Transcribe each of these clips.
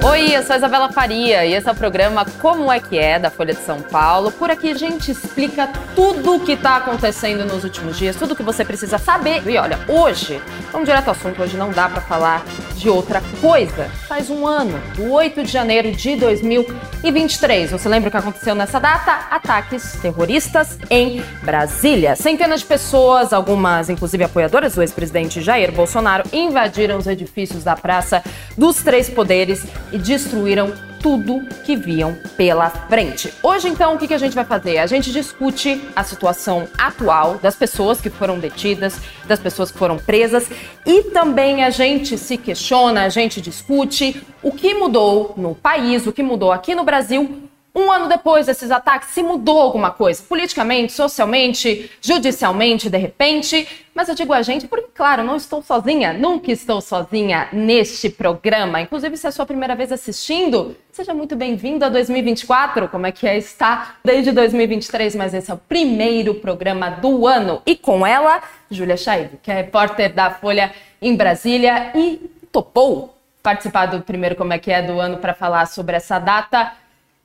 Oi, eu sou a Isabela Faria e esse é o programa Como é que é, da Folha de São Paulo. Por aqui a gente explica tudo o que está acontecendo nos últimos dias, tudo o que você precisa saber. E olha, hoje, vamos direto ao assunto, hoje não dá para falar de outra coisa. Faz um ano, do 8 de janeiro de 2023. Você lembra o que aconteceu nessa data? Ataques terroristas em Brasília. Centenas de pessoas, algumas inclusive apoiadoras do ex-presidente Jair Bolsonaro, invadiram os edifícios da Praça dos Três Poderes e destruíram tudo que viam pela frente. Hoje, então, o que a gente vai fazer? A gente discute a situação atual das pessoas que foram detidas, das pessoas que foram presas e também a gente se questiona, a gente discute o que mudou no país, o que mudou aqui no Brasil. Um ano depois desses ataques, se mudou alguma coisa? Politicamente, socialmente, judicialmente, de repente? Mas eu digo a gente porque, claro, não estou sozinha, nunca estou sozinha neste programa. Inclusive, se é a sua primeira vez assistindo, seja muito bem-vindo a 2024. Como é que é? Está desde 2023, mas esse é o primeiro programa do ano. E com ela, Júlia Chaib, que é repórter da Folha em Brasília e topou participar do primeiro Como é que é do ano para falar sobre essa data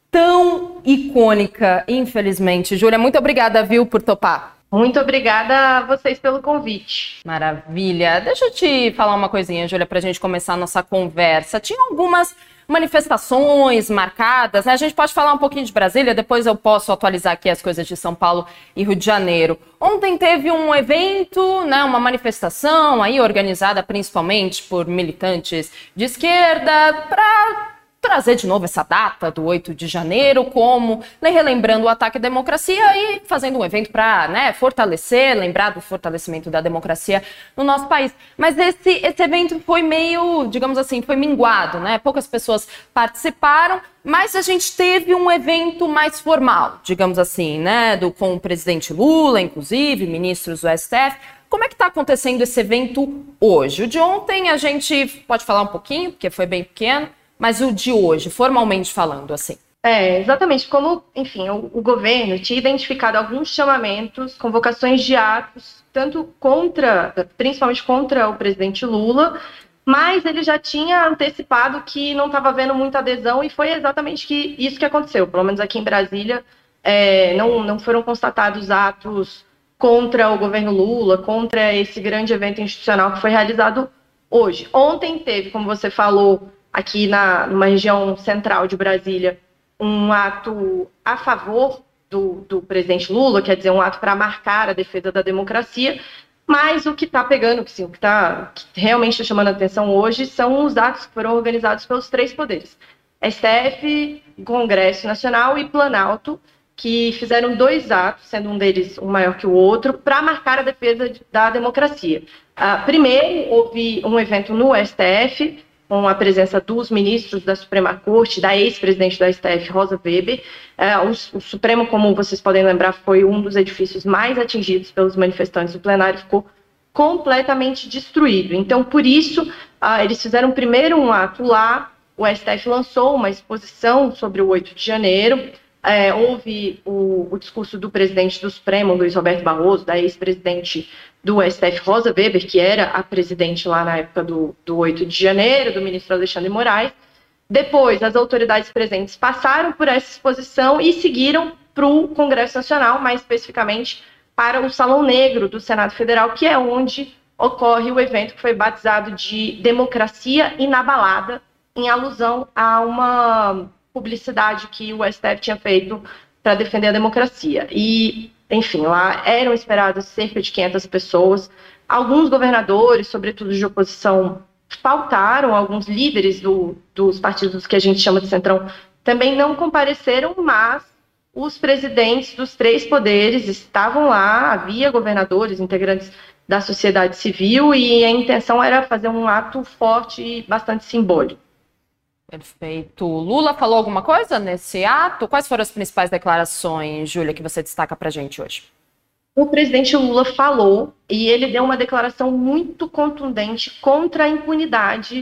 tão icônica, infelizmente. Júlia, muito obrigada, viu, por topar. Muito obrigada a vocês pelo convite. Maravilha. Deixa eu te falar uma coisinha, Júlia, pra gente começar a nossa conversa. Tinha algumas manifestações marcadas, né? A gente pode falar um pouquinho de Brasília, depois eu posso atualizar aqui as coisas de São Paulo e Rio de Janeiro. Ontem teve um evento, né, uma manifestação aí organizada principalmente por militantes de esquerda para trazer de novo essa data do 8 de janeiro, como relembrando o ataque à democracia e fazendo um evento para, né, fortalecer, lembrar do fortalecimento da democracia no nosso país. Mas esse evento foi meio, digamos assim, foi minguado, né? Poucas pessoas participaram, mas a gente teve um evento mais formal, digamos assim, né? Com o presidente Lula, inclusive, ministros do STF. Como é que está acontecendo esse evento hoje? O de ontem a gente pode falar um pouquinho, porque foi bem pequeno, mas o de hoje, formalmente falando, assim. Exatamente. Como, enfim, o governo tinha identificado alguns chamamentos, convocações de atos, tanto principalmente contra o presidente Lula, mas ele já tinha antecipado que não estava havendo muita adesão e foi exatamente isso que aconteceu. Pelo menos aqui em Brasília, não foram constatados atos contra o governo Lula, contra esse grande evento institucional que foi realizado hoje. Ontem teve, como você falou, aqui numa região central de Brasília, um ato a favor do presidente Lula, quer dizer, um ato para marcar a defesa da democracia, mas o que está pegando, que realmente está chamando a atenção hoje, são os atos que foram organizados pelos três poderes, STF, Congresso Nacional e Planalto, que fizeram dois atos, sendo um deles um maior que o outro, para marcar a defesa da democracia. Primeiro, houve um evento no STF, com a presença dos ministros da Suprema Corte, da ex-presidente da STF, Rosa Weber. O Supremo, como vocês podem lembrar, foi um dos edifícios mais atingidos pelos manifestantes. O plenário ficou completamente destruído. Então, por isso, eles fizeram primeiro um ato lá, o STF lançou uma exposição sobre o 8 de janeiro, houve o discurso do presidente do Supremo, Luiz Roberto Barroso, da ex-presidente do STF, Rosa Weber, que era a presidente lá na época do 8 de janeiro, do ministro Alexandre de Moraes. Depois, as autoridades presentes passaram por essa exposição e seguiram para o Congresso Nacional, mais especificamente para o Salão Negro do Senado Federal, que é onde ocorre o evento que foi batizado de Democracia Inabalada, em alusão a uma publicidade que o STF tinha feito para defender a democracia. E, enfim, lá eram esperadas cerca de 500 pessoas. Alguns governadores, sobretudo de oposição, faltaram. Alguns líderes dos partidos que a gente chama de centrão também não compareceram, mas os presidentes dos três poderes estavam lá, havia governadores, integrantes da sociedade civil, e a intenção era fazer um ato forte e bastante simbólico. Perfeito. Lula falou alguma coisa nesse ato? Quais foram as principais declarações, Júlia, que você destaca pra gente hoje? O presidente Lula falou e ele deu uma declaração muito contundente contra a impunidade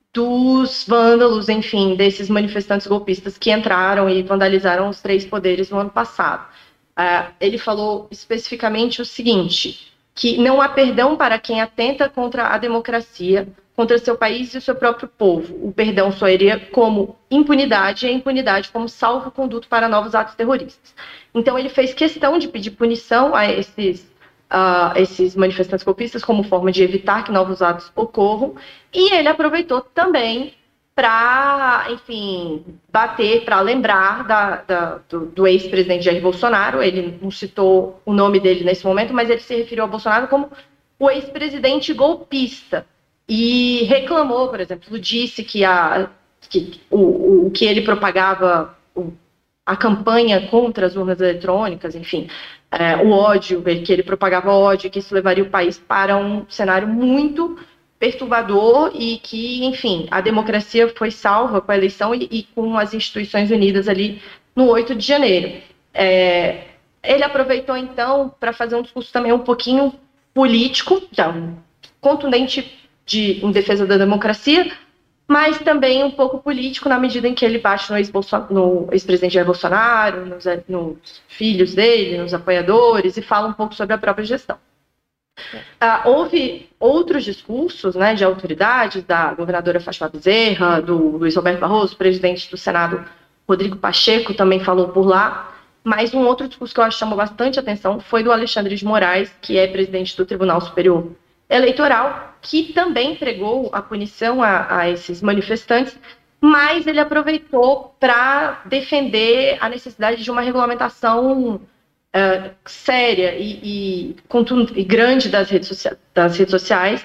dos vândalos, enfim, desses manifestantes golpistas que entraram e vandalizaram os três poderes no ano passado. Ele falou especificamente o seguinte, que não há perdão para quem atenta contra a democracia, contra seu país e o seu próprio povo. O perdão soaria como impunidade e a impunidade como salvo-conduto para novos atos terroristas. Então, ele fez questão de pedir punição a esses manifestantes golpistas como forma de evitar que novos atos ocorram, e ele aproveitou também para, enfim, bater, para lembrar do ex-presidente Jair Bolsonaro. Ele não citou o nome dele nesse momento, mas ele se referiu ao Bolsonaro como o ex-presidente golpista e reclamou, por exemplo, disse que o que ele propagava, a campanha contra as urnas eletrônicas, enfim, o ódio, que ele propagava ódio, que isso levaria o país para um cenário muito perturbador e que, enfim, a democracia foi salva com a eleição e com as instituições unidas ali no 8 de janeiro. Ele aproveitou, então, para fazer um discurso também um pouquinho político, contundente em defesa da democracia, mas também um pouco político na medida em que ele bate no ex-presidente Jair Bolsonaro, nos filhos dele, nos apoiadores, e fala um pouco sobre a própria gestão. Houve outros discursos, né, de autoridades, da governadora Fátima Bezerra, do Luiz Roberto Barroso, presidente do Senado Rodrigo Pacheco também falou por lá, mas um outro discurso que eu acho que chamou bastante atenção foi do Alexandre de Moraes, que é presidente do Tribunal Superior Eleitoral, que também pregou a punição a esses manifestantes, mas ele aproveitou para defender a necessidade de uma regulamentação séria e grande das redes sociais,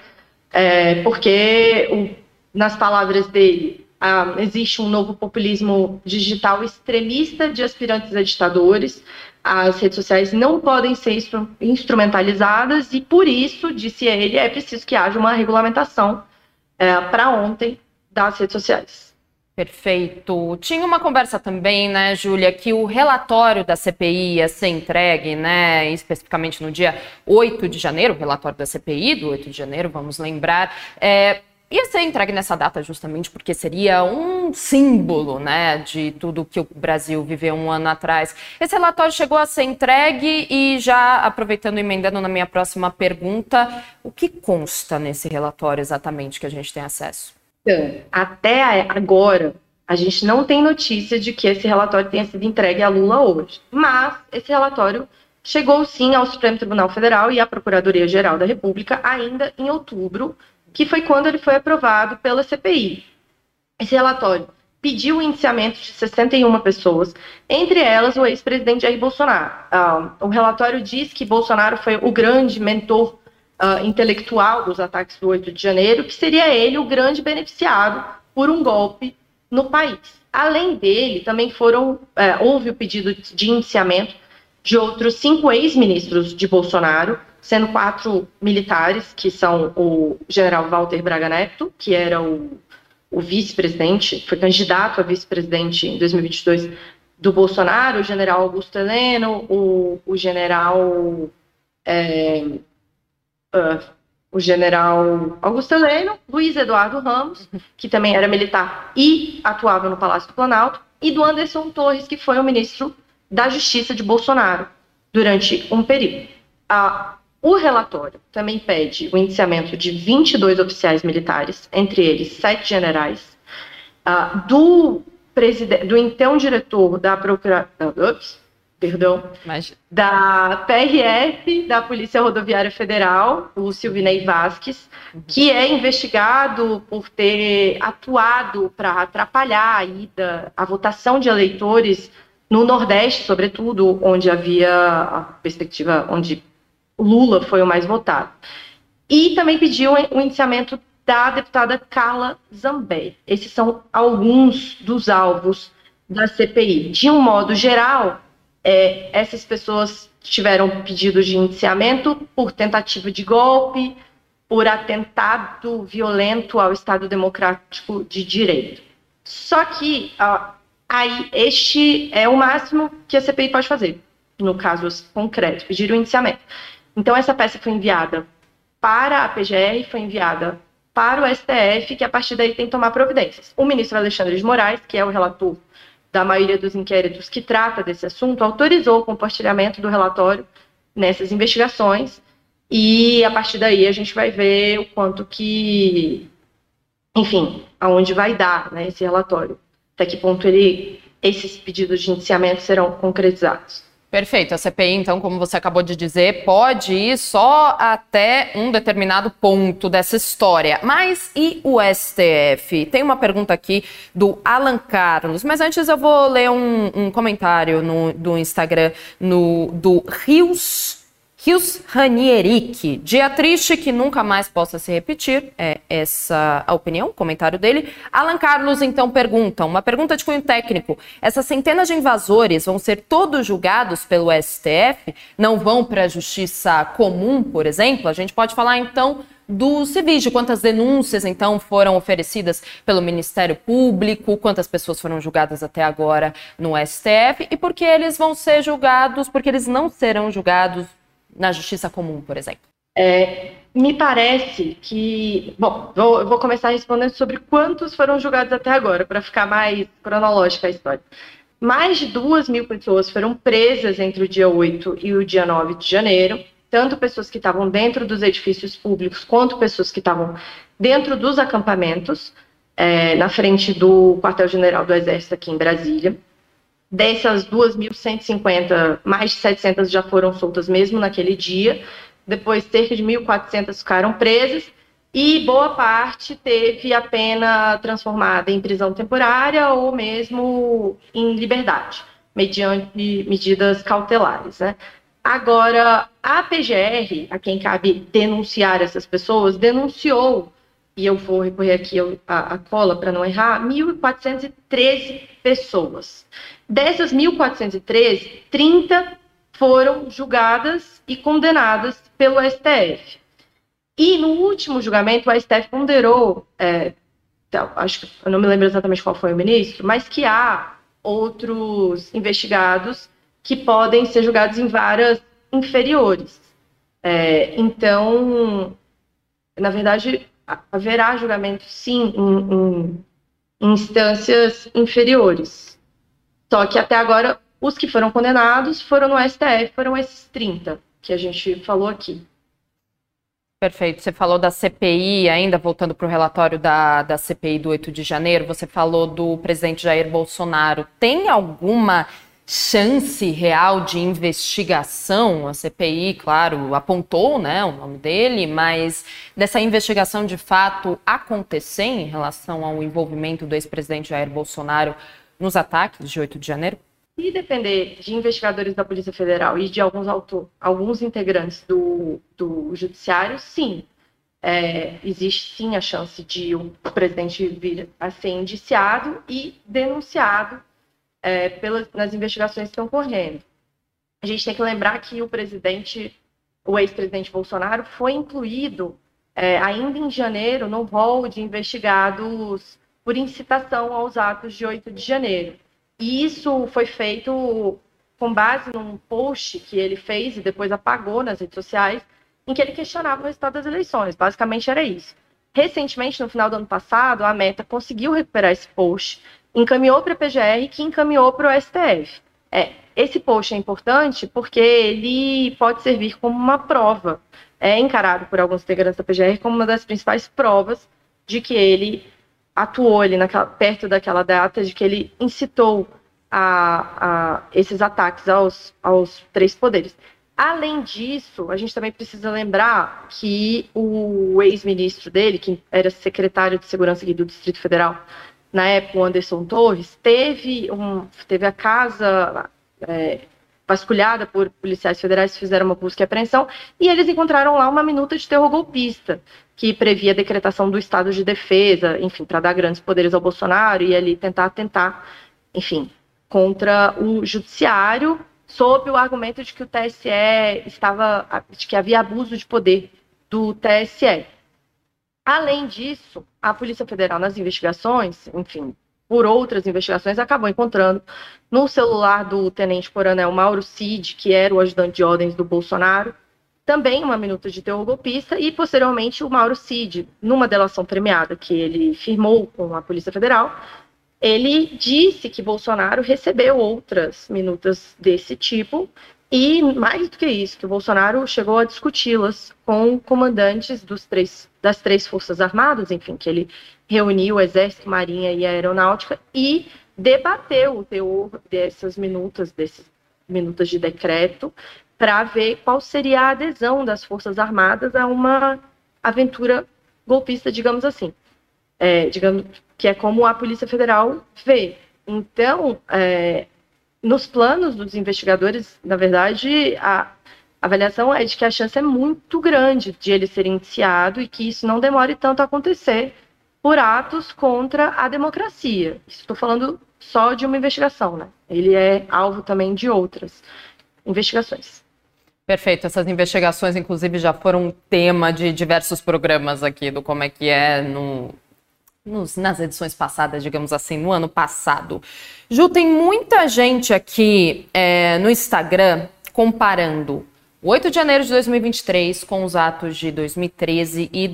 porque, nas palavras dele, existe um novo populismo digital extremista de aspirantes a ditadores. As redes sociais não podem ser instrumentalizadas e, por isso, disse ele, é preciso que haja uma regulamentação para ontem das redes sociais. Perfeito. Tinha uma conversa também, né, Júlia, que o relatório da CPI ia ser entregue, né, especificamente no dia 8 de janeiro, o relatório da CPI do 8 de janeiro, vamos lembrar, ia ser entregue nessa data justamente porque seria um símbolo, né, de tudo que o Brasil viveu um ano atrás. Esse relatório chegou a ser entregue e já aproveitando e emendando na minha próxima pergunta, o que consta nesse relatório exatamente que a gente tem acesso? Então, até agora, a gente não tem notícia de que esse relatório tenha sido entregue a Lula hoje, mas esse relatório chegou sim ao Supremo Tribunal Federal e à Procuradoria-Geral da República ainda em outubro, que foi quando ele foi aprovado pela CPI. Esse relatório pediu o indiciamento de 61 pessoas, entre elas o ex-presidente Jair Bolsonaro. O relatório diz que Bolsonaro foi o grande mentor intelectual dos ataques do 8 de janeiro, que seria ele o grande beneficiado por um golpe no país. Além dele, também houve o pedido de indiciamento de outros 5 ex-ministros de Bolsonaro, sendo 4 militares, que são o general Walter Braga Neto, que era o vice-presidente, foi candidato a vice-presidente em 2022 do Bolsonaro, o general Augusto Heleno, o general Augusto Heleno, Luiz Eduardo Ramos, que também era militar e atuava no Palácio do Planalto, e do Anderson Torres, que foi o ministro da Justiça de Bolsonaro durante um período. O relatório também pede o indiciamento de 22 oficiais militares, entre eles 7 generais, do então diretor da da PRF, da Polícia Rodoviária Federal, o Silvinei Vasquez, que é investigado por ter atuado para atrapalhar a votação de eleitores no Nordeste, sobretudo, onde havia a perspectiva, onde Lula foi o mais votado. E também pediu o indiciamento da deputada Carla Zambelli. Esses são alguns dos alvos da CPI. De um modo geral, essas pessoas tiveram pedidos de indiciamento por tentativa de golpe, por atentado violento ao Estado Democrático de Direito. Só que aí este é o máximo que a CPI pode fazer, no caso concreto, pedir o indiciamento. Então essa peça foi enviada para a PGR, foi enviada para o STF, que a partir daí tem que tomar providências. O ministro Alexandre de Moraes, que é o relator da maioria dos inquéritos que trata desse assunto, autorizou o compartilhamento do relatório nessas investigações, e a partir daí a gente vai ver o quanto que enfim, aonde vai dar, né, esse relatório. Até que ponto esses pedidos de indiciamento serão concretizados. Perfeito. A CPI, então, como você acabou de dizer, pode ir só até um determinado ponto dessa história. Mas e o STF? Tem uma pergunta aqui do Alan Carlos, mas antes eu vou ler um comentário do Instagram do Rios Ranierik. Dia triste que nunca mais possa se repetir. É essa a opinião, o comentário dele. Alan Carlos, então, pergunta, uma pergunta de cunho técnico. Essas centenas de invasores vão ser todos julgados pelo STF? Não vão para a justiça comum, por exemplo? A gente pode falar, então, dos civis, de quantas denúncias, então, foram oferecidas pelo Ministério Público, quantas pessoas foram julgadas até agora no STF e por que eles vão ser julgados, porque eles não serão julgados na justiça comum, por exemplo? Me parece que... Bom, eu vou começar respondendo sobre quantos foram julgados até agora, para ficar mais cronológica a história. Mais de 2.000 pessoas foram presas entre o dia 8 e o dia 9 de janeiro, tanto pessoas que estavam dentro dos edifícios públicos, quanto pessoas que estavam dentro dos acampamentos, na frente do quartel-general do Exército aqui em Brasília. Dessas 2.150, mais de 700 já foram soltas mesmo naquele dia. Depois, cerca de 1.400 ficaram presas e boa parte teve a pena transformada em prisão temporária ou mesmo em liberdade, mediante medidas cautelares, né? Agora, a PGR, a quem cabe denunciar essas pessoas, denunciou, e eu vou recorrer aqui a cola para não errar, 1.413 pessoas. Dessas 1.413, 30 foram julgadas e condenadas pelo STF. E no último julgamento, o STF ponderou, acho que eu não me lembro exatamente qual foi o ministro, mas que há outros investigados que podem ser julgados em varas inferiores. Então, na verdade, haverá julgamento, sim, em instâncias inferiores. Só que até agora, os que foram condenados foram no STF, foram esses 30 que a gente falou aqui. Perfeito. Você falou da CPI, ainda voltando para o relatório da CPI do 8 de janeiro, você falou do presidente Jair Bolsonaro. Tem alguma chance real de investigação? A CPI, claro, apontou, né, o nome dele, mas dessa investigação de fato acontecer em relação ao envolvimento do ex-presidente Jair Bolsonaro nos ataques de 8 de janeiro? Se depender de investigadores da Polícia Federal e de alguns integrantes do Judiciário, sim. Existe sim a chance de o presidente vir a ser indiciado e denunciado nas investigações que estão correndo. A gente tem que lembrar que o ex-presidente Bolsonaro foi incluído ainda em janeiro no rol de investigados por incitação aos atos de 8 de janeiro. E isso foi feito com base num post que ele fez e depois apagou nas redes sociais, em que ele questionava o resultado das eleições. Basicamente era isso. Recentemente, no final do ano passado, a Meta conseguiu recuperar esse post, encaminhou para a PGR, que encaminhou para o STF. Esse post é importante porque ele pode servir como uma prova. É encarado por alguns integrantes da PGR como uma das principais provas de que ele atuou ali perto daquela data, de que ele incitou a esses ataques aos três poderes. Além disso, a gente também precisa lembrar que o ex-ministro dele, que era secretário de Segurança aqui do Distrito Federal, na época, o Anderson Torres, teve a casa vasculhada por policiais federais que fizeram uma busca e apreensão, e eles encontraram lá uma minuta de terror golpista, que previa a decretação do estado de defesa, enfim, para dar grandes poderes ao Bolsonaro e ali tentar atentar, enfim, contra o judiciário, sob o argumento de que o TSE de que havia abuso de poder do TSE. Além disso, a Polícia Federal, nas investigações, enfim, por outras investigações, acabou encontrando no celular do tenente-coronel Mauro Cid, que era o ajudante de ordens do Bolsonaro, também uma minuta de terror golpista, e posteriormente o Mauro Cid, numa delação premiada que ele firmou com a Polícia Federal, ele disse que Bolsonaro recebeu outras minutas desse tipo E mais do que isso, que o Bolsonaro chegou a discuti-las com comandantes das três Forças Armadas, enfim, que ele reuniu o Exército, Marinha e a Aeronáutica e debateu o teor desses minutas de decreto para ver qual seria a adesão das Forças Armadas a uma aventura golpista, digamos assim. Digamos que é como a Polícia Federal vê. Então, nos planos dos investigadores, na verdade, a avaliação é de que a chance é muito grande de ele ser indiciado e que isso não demore tanto a acontecer por atos contra a democracia. Estou falando só de uma investigação, né? Ele é alvo também de outras investigações. Perfeito. Essas investigações, inclusive, já foram tema de diversos programas aqui do Como é que é nas edições passadas, digamos assim, no ano passado. Ju, tem muita gente aqui no Instagram comparando o 8 de janeiro de 2023 com os atos de 2013 e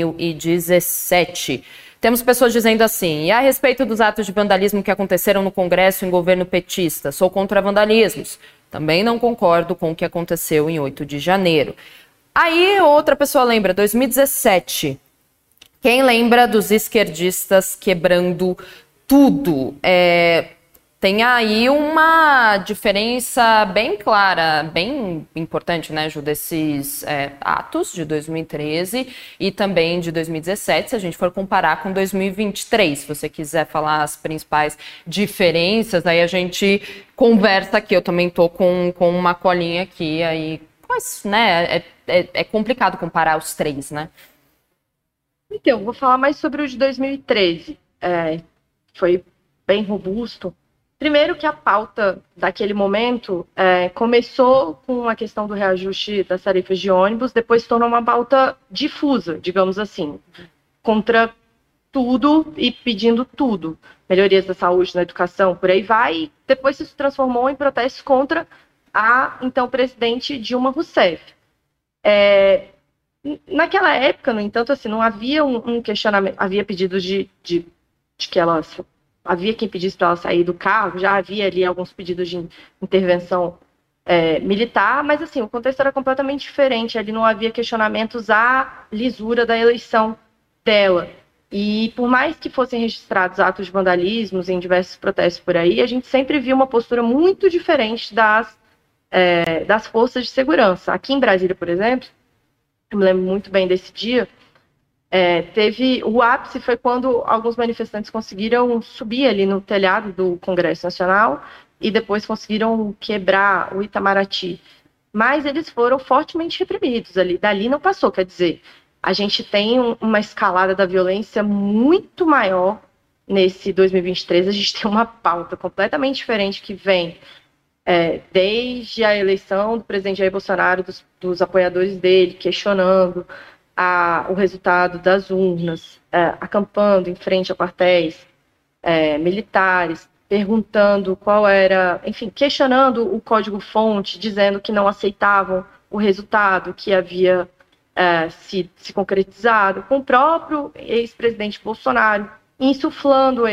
2017. Temos pessoas dizendo assim: e a respeito dos atos de vandalismo que aconteceram no Congresso em governo petista, sou contra vandalismos. Também não concordo com o que aconteceu em 8 de janeiro. Aí outra pessoa lembra, 2017. Quem lembra dos esquerdistas quebrando tudo? Tem aí uma diferença bem clara, bem importante, né, Ju, desses atos de 2013 e também de 2017, se a gente for comparar com 2023. Se você quiser falar as principais diferenças, aí a gente conversa aqui. Eu também tô com uma colinha aqui, aí, mas, né, é complicado comparar os três, né? Então, vou falar mais sobre o de 2013. Foi bem robusto. Primeiro que a pauta daquele momento começou com a questão do reajuste das tarifas de ônibus, depois se tornou uma pauta difusa, digamos assim, contra tudo e pedindo tudo. Melhorias da saúde, na educação, por aí vai, e depois se transformou em protesto contra a então presidente Dilma Rousseff. Naquela época, no entanto, assim, não havia um questionamento, havia pedidos de que ela... Havia quem pedisse para ela sair do carro, já havia ali alguns pedidos de intervenção militar, mas assim, o contexto era completamente diferente, ali não havia questionamentos à lisura da eleição dela. E por mais que fossem registrados atos de vandalismos em diversos protestos por aí, a gente sempre viu uma postura muito diferente das forças de segurança. Aqui em Brasília, por exemplo, eu me lembro muito bem desse dia, teve o ápice foi quando alguns manifestantes conseguiram subir ali no telhado do Congresso Nacional e depois conseguiram quebrar o Itamaraty. Mas eles foram fortemente reprimidos ali. Dali não passou, quer dizer, a gente tem uma escalada da violência muito maior nesse 2023. A gente tem uma pauta completamente diferente que vem desde a eleição do presidente Jair Bolsonaro, dos apoiadores dele, questionando o resultado das urnas, acampando em frente a quartéis militares, perguntando qual era, enfim, questionando o código-fonte, dizendo que não aceitavam o resultado que havia se concretizado, com o próprio ex-presidente Bolsonaro insuflando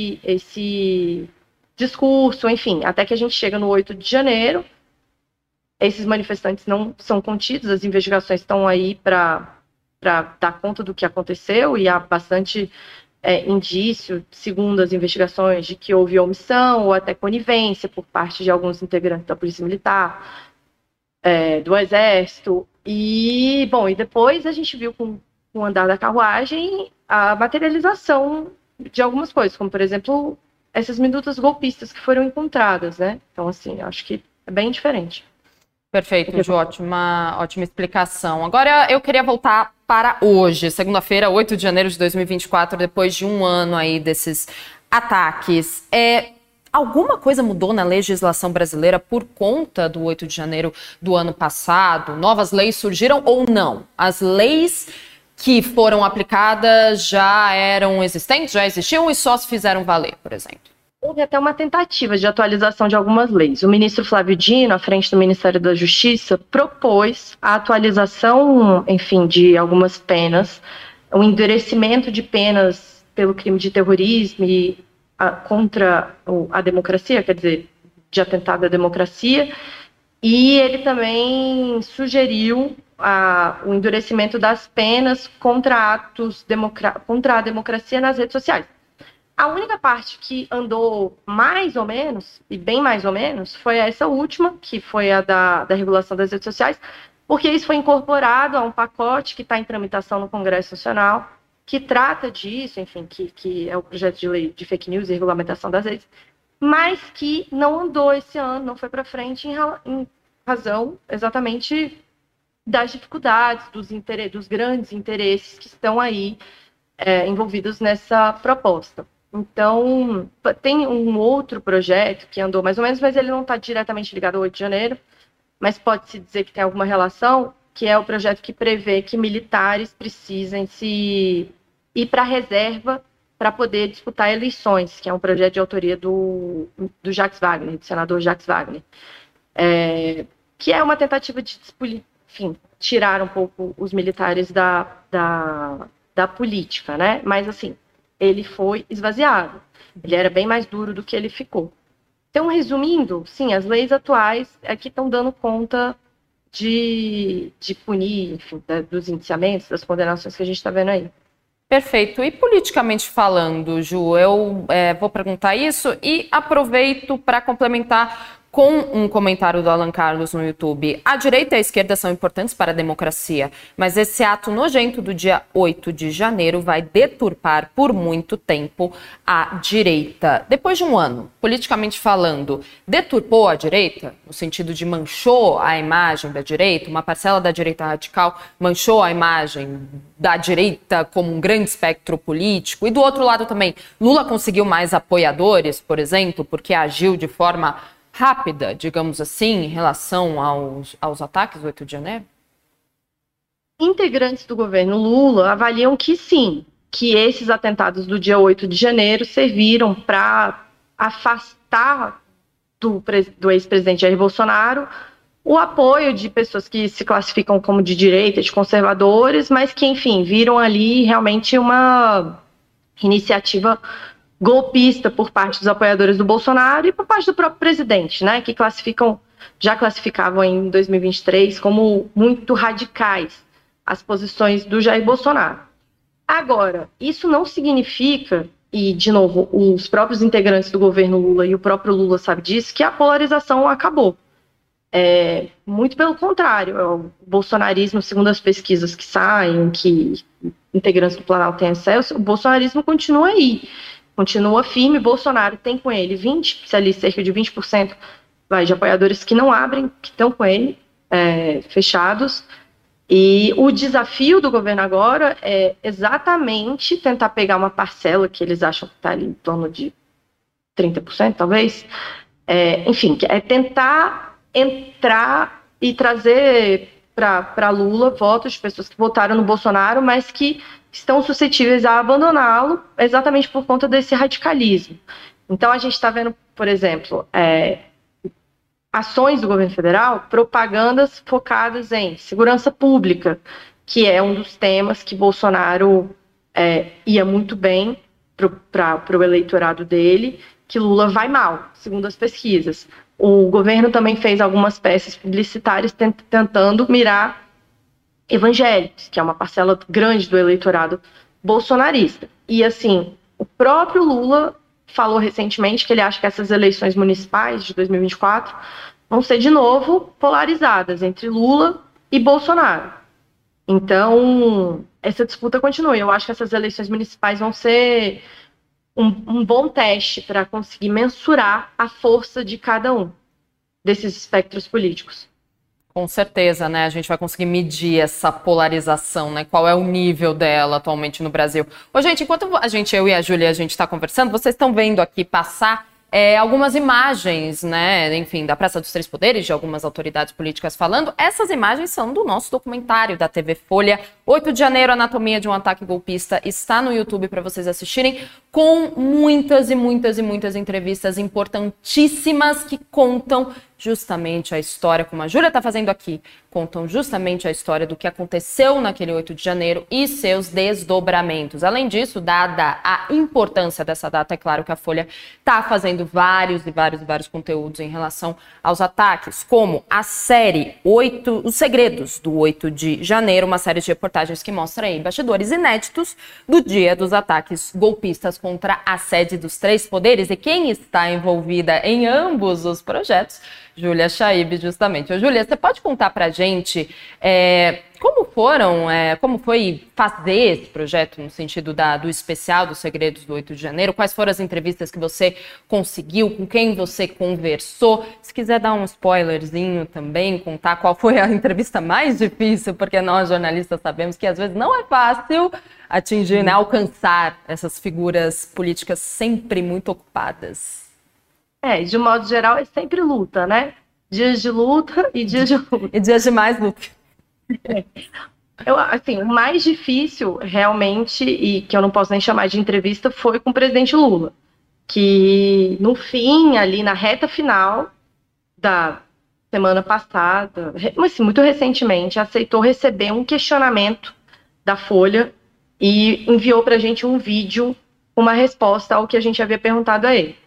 esse discurso, enfim, até que a gente chega no 8 de janeiro, esses manifestantes não são contidos, as investigações estão aí para dar conta do que aconteceu, e há bastante indício, segundo as investigações, de que houve omissão ou até conivência por parte de alguns integrantes da Polícia Militar, do Exército, e depois a gente viu com o andar da carruagem a materialização de algumas coisas, como, por exemplo, essas minutas golpistas que foram encontradas, né? Então, assim, acho que é bem diferente. Perfeito, Ju, ótima explicação. Agora eu queria voltar para hoje, segunda-feira, 8 de janeiro de 2024, depois de um ano aí desses ataques. Alguma coisa mudou na legislação brasileira por conta do 8 de janeiro do ano passado? Novas leis surgiram ou não? As leis que foram aplicadas já eram existentes, já existiam e só se fizeram valer, por exemplo? Houve até uma tentativa de atualização de algumas leis. O ministro Flávio Dino, à frente do Ministério da Justiça, propôs a atualização, enfim, de algumas penas, o endurecimento de penas pelo crime de terrorismo e contra a democracia, quer dizer, de atentado à democracia, E ele também sugeriu o endurecimento das penas contra atos contra a democracia nas redes sociais. A única parte que andou mais ou menos, e bem mais ou menos, foi essa última, que foi a da regulação das redes sociais, porque isso foi incorporado a um pacote que está em tramitação no Congresso Nacional, que trata disso, enfim, que é o projeto de lei de fake news e regulamentação das redes, mas que não andou esse ano, não foi para frente em razão exatamente das dificuldades, dos grandes interesses que estão aí envolvidos nessa proposta. Então, tem um outro projeto que andou mais ou menos, mas ele não está diretamente ligado ao 8 de janeiro, mas pode-se dizer que tem alguma relação, que é o projeto que prevê que militares precisem se ir para a reserva para poder disputar eleições, que é um projeto de autoria do Jacques Wagner, do senador Jacques Wagner, que é uma tentativa de, enfim, tirar um pouco os militares da política, né? Mas, assim, ele foi esvaziado. Ele era bem mais duro do que ele ficou. Então, resumindo, sim, as leis atuais aqui estão dando conta de punir, enfim, dos indiciamentos, das condenações que a gente está vendo aí. Perfeito. E politicamente falando, Ju, eu vou perguntar isso e aproveito para complementar com um comentário do Alan Carlos no YouTube. A direita e a esquerda são importantes para a democracia, mas esse ato nojento do dia 8 de janeiro vai deturpar por muito tempo a direita. Depois de um ano, politicamente falando, deturpou a direita? No sentido de manchou a imagem da direita? Uma parcela da direita radical manchou a imagem da direita como um grande espectro político? E do outro lado também, Lula conseguiu mais apoiadores, por exemplo, porque agiu de forma rápida, digamos assim, em relação aos ataques do 8 de janeiro? Integrantes do governo Lula avaliam que sim, que esses atentados do dia 8 de janeiro serviram para afastar do ex-presidente Jair Bolsonaro o apoio de pessoas que se classificam como de direita, de conservadores, mas que, enfim, viram ali realmente uma iniciativa golpista por parte dos apoiadores do Bolsonaro e por parte do próprio presidente, né, que já classificavam em 2023 como muito radicais as posições do Jair Bolsonaro. Agora, isso não significa, e de novo, os próprios integrantes do governo Lula e o próprio Lula sabe disso, que a polarização acabou. Muito pelo contrário, o bolsonarismo, segundo as pesquisas que saem, que integrantes do Planalto têm acesso, o bolsonarismo continua aí. Continua firme, Bolsonaro tem com ele cerca de 20% de apoiadores que não abrem, que estão com ele, fechados. E o desafio do governo agora é exatamente tentar pegar uma parcela que eles acham que está ali em torno de 30%, talvez. Enfim, é tentar entrar e trazer para Lula votos de pessoas que votaram no Bolsonaro, mas que estão suscetíveis a abandoná-lo exatamente por conta desse radicalismo. Então, a gente está vendo, por exemplo, ações do governo federal, propagandas focadas em segurança pública, que é um dos temas que Bolsonaro ia muito bem para o eleitorado dele, que Lula vai mal, segundo as pesquisas. O governo também fez algumas peças publicitárias tentando mirar evangélicos, que é uma parcela grande do eleitorado bolsonarista. E, assim, o próprio Lula falou recentemente que ele acha que essas eleições municipais de 2024 vão ser, de novo, polarizadas entre Lula e Bolsonaro. Então, essa disputa continua. Eu acho que essas eleições municipais vão ser um bom teste para conseguir mensurar a força de cada um desses espectros políticos. Com certeza, né? A gente vai conseguir medir essa polarização, né? Qual é o nível dela atualmente no Brasil. Ô, gente, enquanto eu e a Júlia, a gente está conversando, vocês estão vendo aqui passar algumas imagens, né? Enfim, da Praça dos Três Poderes, de algumas autoridades políticas falando. Essas imagens são do nosso documentário da TV Folha. 8 de janeiro, Anatomia de um Ataque Golpista, está no YouTube para vocês assistirem, com muitas e muitas e muitas entrevistas importantíssimas que contam justamente a história, como a Júlia está fazendo aqui, contam justamente a história do que aconteceu naquele 8 de janeiro e seus desdobramentos. Além disso, dada a importância dessa data, é claro que a Folha está fazendo vários conteúdos em relação aos ataques, como a série Os Segredos do 8 de janeiro, uma série de reportagens que mostra aí bastidores inéditos do dia dos ataques golpistas contra a sede dos três poderes. E quem está envolvida em ambos os projetos? Júlia Chaib, justamente. Ô, Júlia, você pode contar pra gente como foi fazer esse projeto no sentido do especial dos Segredos do 8 de janeiro? Quais foram as entrevistas que você conseguiu, com quem você conversou? Se quiser dar um spoilerzinho também, contar qual foi a entrevista mais difícil, porque nós jornalistas sabemos que às vezes não é fácil atingir, né, alcançar essas figuras políticas sempre muito ocupadas. De modo geral, é sempre luta, né? Dias de luta e dias de luta. E dias de mais luta. O mais difícil, realmente, e que eu não posso nem chamar de entrevista, foi com o presidente Lula. Que, no fim, ali na reta final da semana passada, mas assim, muito recentemente, aceitou receber um questionamento da Folha e enviou para a gente um vídeo, uma resposta ao que a gente havia perguntado a ele.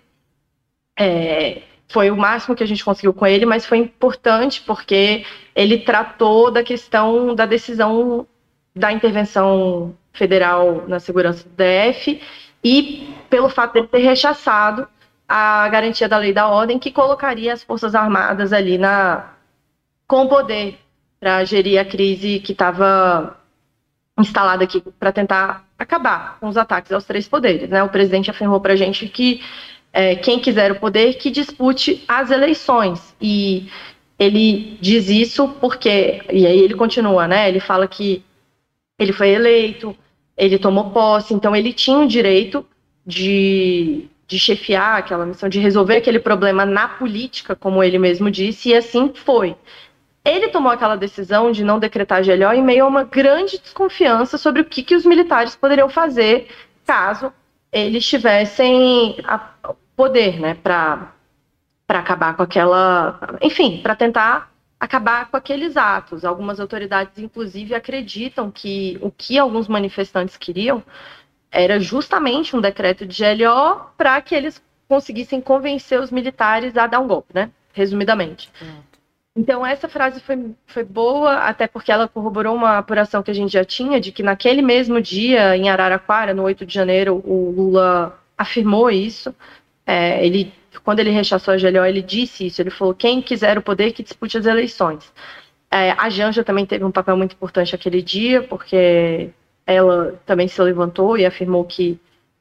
Foi o máximo que a gente conseguiu com ele, mas foi importante porque ele tratou da questão da decisão da intervenção federal na segurança do DF e pelo fato de ele ter rechaçado a garantia da lei e da ordem que colocaria as Forças Armadas ali com poder para gerir a crise que estava instalada aqui para tentar acabar com os ataques aos três poderes, né? O presidente afirmou para a gente que quem quiser o poder que dispute as eleições. E ele diz isso porque, e aí ele continua, né? Ele fala que ele foi eleito, ele tomou posse, então ele tinha o direito de chefiar aquela missão, de resolver aquele problema na política, como ele mesmo disse, e assim foi. Ele tomou aquela decisão de não decretar GLO em meio a uma grande desconfiança sobre o que os militares poderiam fazer caso eles tivessem poder, né, para acabar com aquela... Enfim, para tentar acabar com aqueles atos. Algumas autoridades, inclusive, acreditam que o que alguns manifestantes queriam era justamente um decreto de GLO para que eles conseguissem convencer os militares a dar um golpe, né, resumidamente. Então, essa frase foi boa, até porque ela corroborou uma apuração que a gente já tinha, de que naquele mesmo dia, em Araraquara, no 8 de janeiro, o Lula afirmou isso. Quando ele rechaçou a GLO, ele disse isso, ele falou, quem quiser o poder que dispute as eleições. A Janja também teve um papel muito importante aquele dia, porque ela também se levantou e afirmou que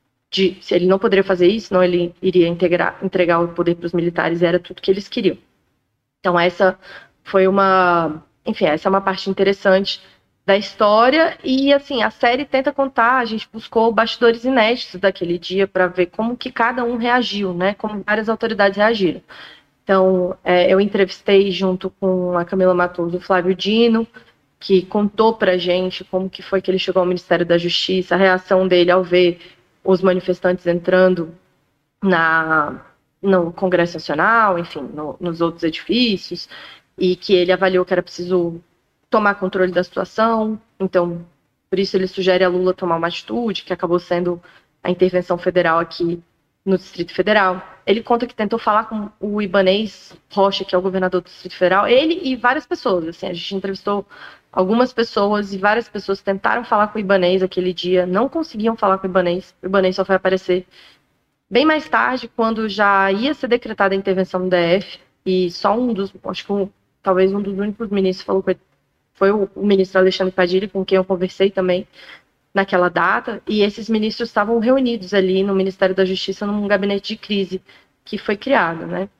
se ele não poderia fazer isso, não ele iria entregar o poder para os militares, era tudo que eles queriam. Então essa foi essa é uma parte interessante da história e assim, a série tenta contar, a gente buscou bastidores inéditos daquele dia para ver como que cada um reagiu, né, como várias autoridades reagiram. Então, eu entrevistei junto com a Camila Matoso o Flávio Dino, que contou pra gente como que foi que ele chegou ao Ministério da Justiça, a reação dele ao ver os manifestantes entrando no Congresso Nacional, enfim, nos outros edifícios, e que ele avaliou que era preciso tomar controle da situação, então, por isso ele sugere a Lula tomar uma atitude, que acabou sendo a intervenção federal aqui no Distrito Federal. Ele conta que tentou falar com o Ibanez Rocha, que é o governador do Distrito Federal, ele e várias pessoas, assim, a gente entrevistou algumas pessoas e várias pessoas tentaram falar com o Ibanez aquele dia, não conseguiam falar com o Ibanez só foi aparecer bem mais tarde, quando já ia ser decretada a intervenção do DF, e só talvez um dos únicos ministros falou com ele, foi o ministro Alexandre Padilha, com quem eu conversei também naquela data, e esses ministros estavam reunidos ali no Ministério da Justiça, num gabinete de crise que foi criado, né?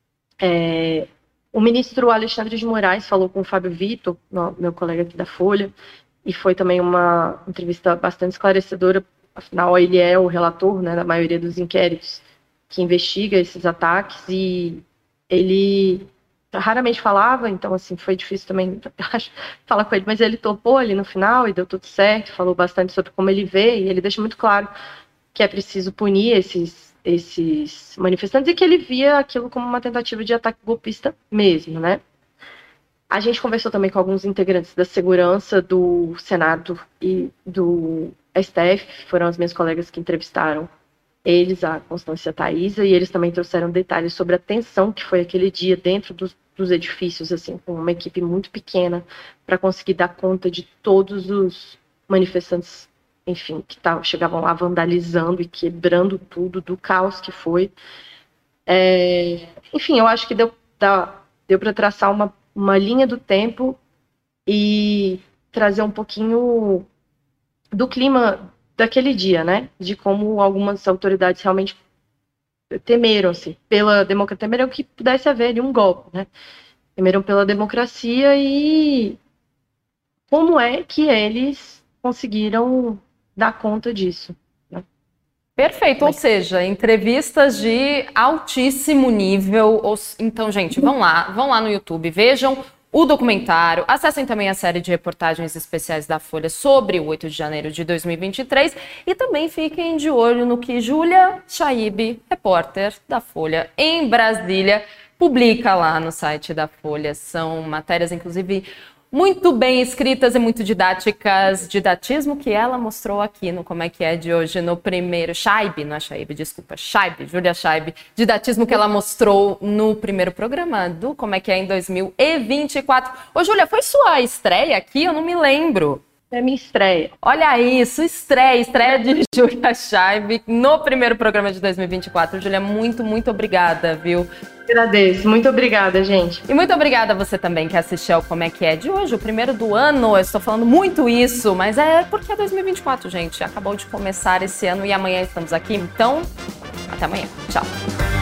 O ministro Alexandre de Moraes falou com o Fábio Vitor, meu colega aqui da Folha, e foi também uma entrevista bastante esclarecedora. Afinal, ele é o relator, né, da maioria dos inquéritos que investiga esses ataques, e ele raramente falava, então assim, foi difícil também falar com ele, mas ele topou ali no final e deu tudo certo, falou bastante sobre como ele vê, e ele deixa muito claro que é preciso punir esses esses manifestantes e que ele via aquilo como uma tentativa de ataque golpista mesmo, né? A gente conversou também com alguns integrantes da segurança do Senado e do STF, foram as minhas colegas que entrevistaram eles, a Constância e a Thaisa, e eles também trouxeram detalhes sobre a tensão que foi aquele dia dentro dos edifícios, assim, com uma equipe muito pequena para conseguir dar conta de todos os manifestantes, enfim, que chegavam lá vandalizando e quebrando tudo, do caos que foi. Enfim, eu acho que deu para traçar uma linha do tempo e trazer um pouquinho do clima daquele dia, né? De como algumas autoridades realmente temeram, assim, temeram que pudesse haver ali um golpe, né? Temeram pela democracia e como é que eles conseguiram dar conta disso. Perfeito, ou seja, entrevistas de altíssimo nível. Então, gente, vão lá no YouTube, vejam o documentário, acessem também a série de reportagens especiais da Folha sobre o 8 de janeiro de 2023 e também fiquem de olho no que Júlia Chaib, repórter da Folha em Brasília, publica lá no site da Folha. São matérias, inclusive, muito bem escritas e muito didáticas, didatismo que ela mostrou aqui no Como é que é de hoje, no primeiro, Júlia Chaib, didatismo que ela mostrou no primeiro programa do Como é que é em 2024. Ô Júlia, foi sua estreia aqui? Eu não me lembro. É minha estreia. Olha isso, estreia de Júlia Chaib no primeiro programa de 2024. Júlia, muito obrigada, viu? Agradeço, muito obrigada, gente. E muito obrigada a você também que assistiu ao Como é que é de hoje, o primeiro do ano. Eu estou falando muito isso, mas é porque é 2024, gente. Acabou de começar esse ano e amanhã estamos aqui, então até amanhã. Tchau.